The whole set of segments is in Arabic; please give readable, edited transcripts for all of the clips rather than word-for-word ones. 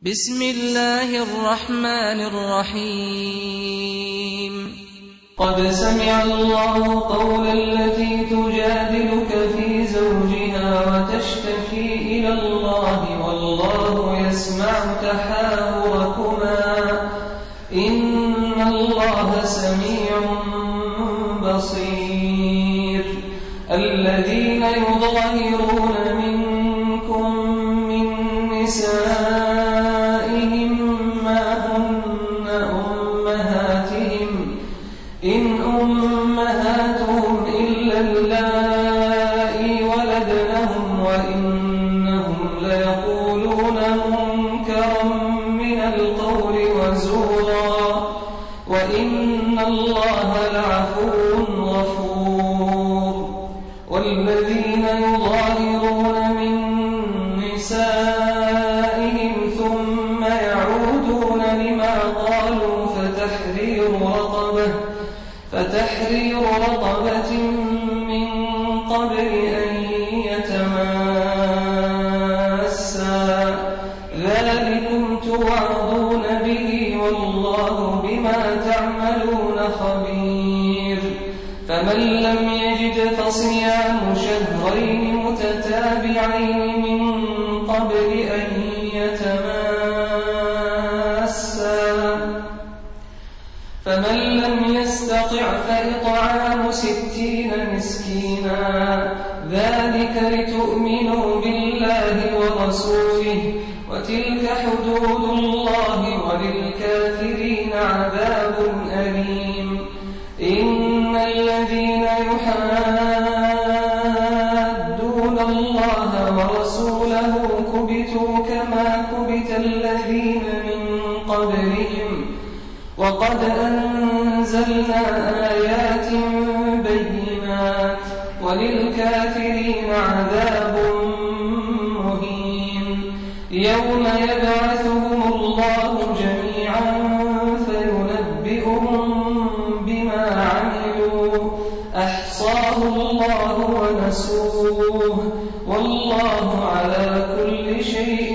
بسم الله الرحمن الرحيم. قد سمع الله قول التي تجادلك في زوجها وتشتكي إلى الله والله يسمع تحاوركما إن الله سميع بصير. الذين يظاهرون منكم من نسائهم ما هن أمهاتهم إن أمهاتهم إلا اللائي ولدنهم وإنهم ليقولون منكرا من القول وزورا وإن الله لعفو غفور. والذين يظاهرون من نسائهم ثم يعودون لما قالوا فتحرير رقبة من قبل أن يتماسا ذلكم توعظون به والله بما تعملون خبير. فمن لم يجد فصيام شهرين متتابعين من قبل أن يتماسا فمن لم يستطع فإطعام 60 مسكينا ذلك لتؤمنوا بالله ورسوله وتلك حدود الله وللكافرين عذاب أليم. إن الذين يحادون الله ورسوله كبتوا كما كبت الذين من قبلهم وقد أنزلنا آيات بينات وللكافرين عذاب مهين. يوم يبعثهم الله جميعا فينبئهم بما عملوا أحصاه الله ونسوه والله على كل شيء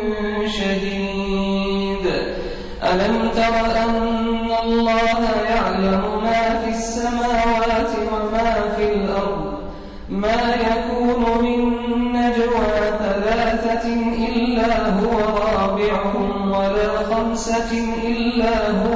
شهيد. ألم تر أن الله يعلم ما في السماوات وما في الأرض ما يكون من نجوى 3 إلا هو رابعهم ولا 5 إلا هو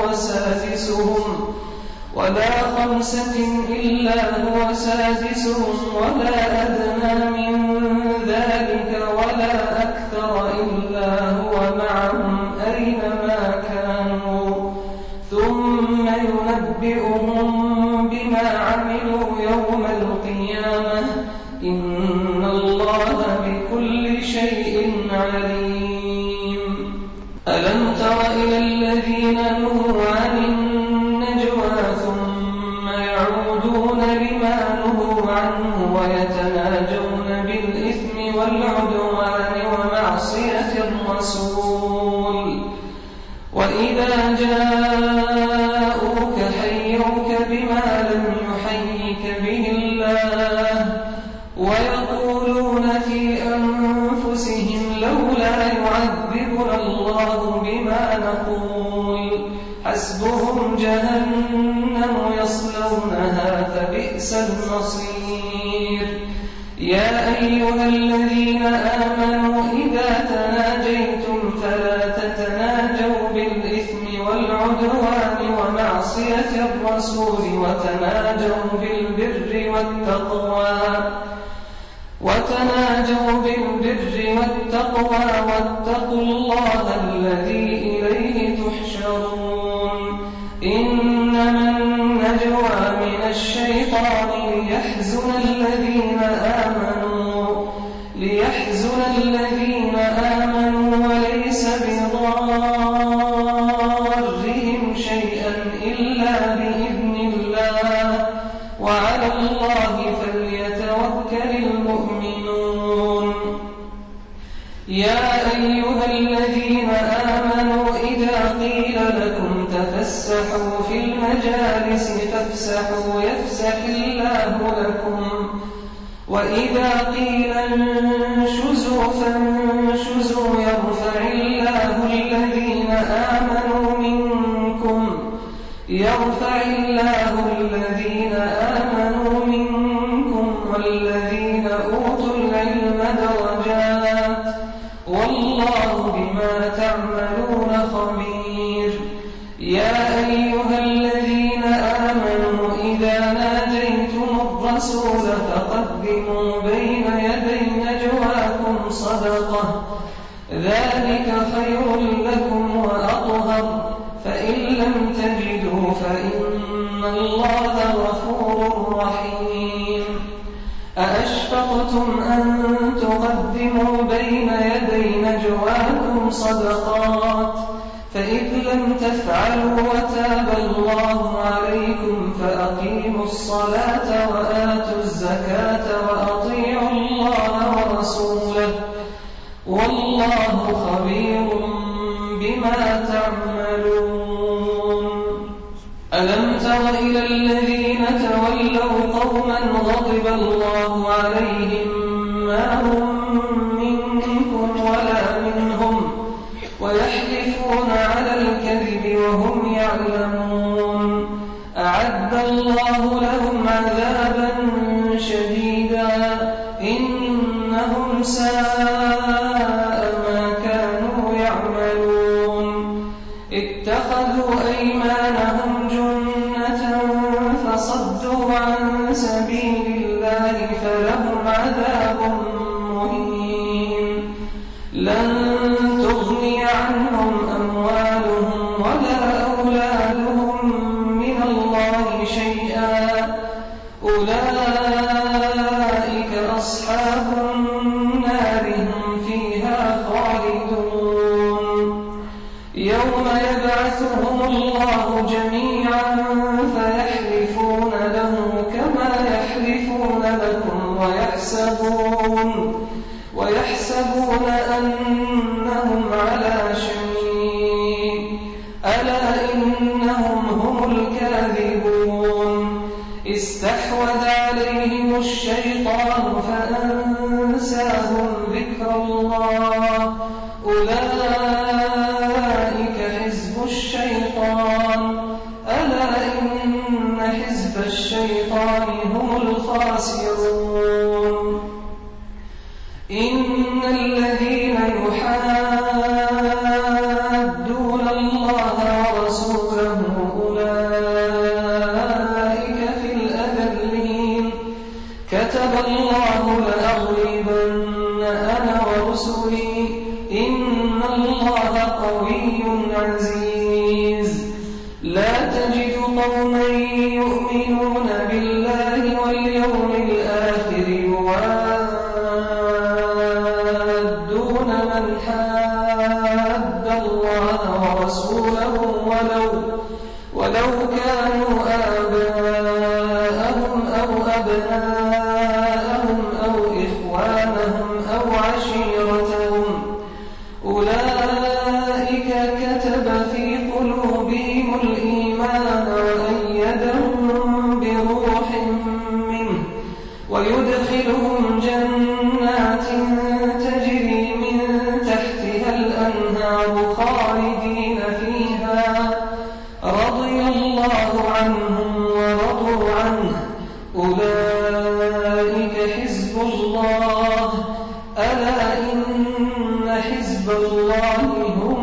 سادسهم ولا أدنى من ذلك ولا أكثر إلا هو معهم أينما كانوا ثم ينبئهم بما عملوا يوم القيامة إن الله بكل شيء عليم. ألم تر إلى الذين نهوا عن النجوى ثم يعودون لما نهوا عنه ويتناجون بالإثم والعدوان ومعصية الرسول وإذا جاءوك حيوك بما لم يحيك به الله ويقولون في أنفسهم لولا يعذبنا الله بما نقول حسبهم جهنم يصلونها فبئس المصير. يا أيها الذين آمنوا إذا تناجيتم فلا تتناجوا بالإثم والعدوان ومعصية الرسول وتناجوا بالبر والتقوى واتقوا الله الذي إليه تحشرون. إنما النجوى من الشيطان ليحزن الذين آمنوا وليس بضارهم شيئا إلا بإذن الله وعلى الله فليتوكل المؤمنون. يا أيها الذين آمنوا إذا قيل لكم تفسحوا في المجالس فافسحوا يفسح الله لكم وإذا قيل انشزوا فانشزوا يرفع الله يرفع الله الذين آمنوا منكم والذين أوتوا العلم درجات والله بما تعملون خبير. يا أيها الذين آمنوا إذا ناجيتم الرسول فقدموا بين يدي نجواكم صدقة ذلك خير لكم وأطهر فإن لم تجدوا فإن الله غفور رحيم. أأشفقتم أن تقدموا بين يدي نجواكم صدقات فإذ لم تفعلوا وتاب الله عليكم فأقيموا الصلاة وآتوا الزكاة وأطيعوا الله ورسوله والله خبير بما تعملون. ألم تر إلى الذين تولوا قوما غضب الله عليهم ما هم منكم ولا منهم ويحلفون على الكذب وهم يعلمون أعد الله لهم عذابا شديدا إنهم ساء ما كانوا يعملون. اتخذوا أيمانهم جنة فصدوا عن سبيل الله فلهم عذاب مهين. لن تغني عنهم أموالهم ولا أولادهم من الله شيئا أولئك أصحاب النار هم فيها خالدون. يوم يبعثهم الله جميعا فيحلفون له كما يحلفون لكم ويحسبون أنهم على شيء ألا إنهم هم الكاذبون. استحوذ عليهم الشيطان فأنساهم ذكر الله أولئك حزب الشيطان ألا إن حزب الشيطان هم الخاسرون. إن الذين يحادون الله ورسوله أولئك في الأذلين. كتب الله لأغلبن أنا ورسلي إن الله قوي عزيز. لا تجد قوما يؤمنون بالله واليوم الآخر يوادون من حاد الله ورسوله ولو كانوا آباءهم أو أبناءهم أو إخوانهم أو عشيرتهم أولئك كتب في قلوبهم الإيمان وأيدهم بروح منه ويدخلهم جنات تجري من تحتها الأنهار خالدين فيها رضي الله عنهم ورضوا عنه أولئك حزب الله ألا إن حزب الله هم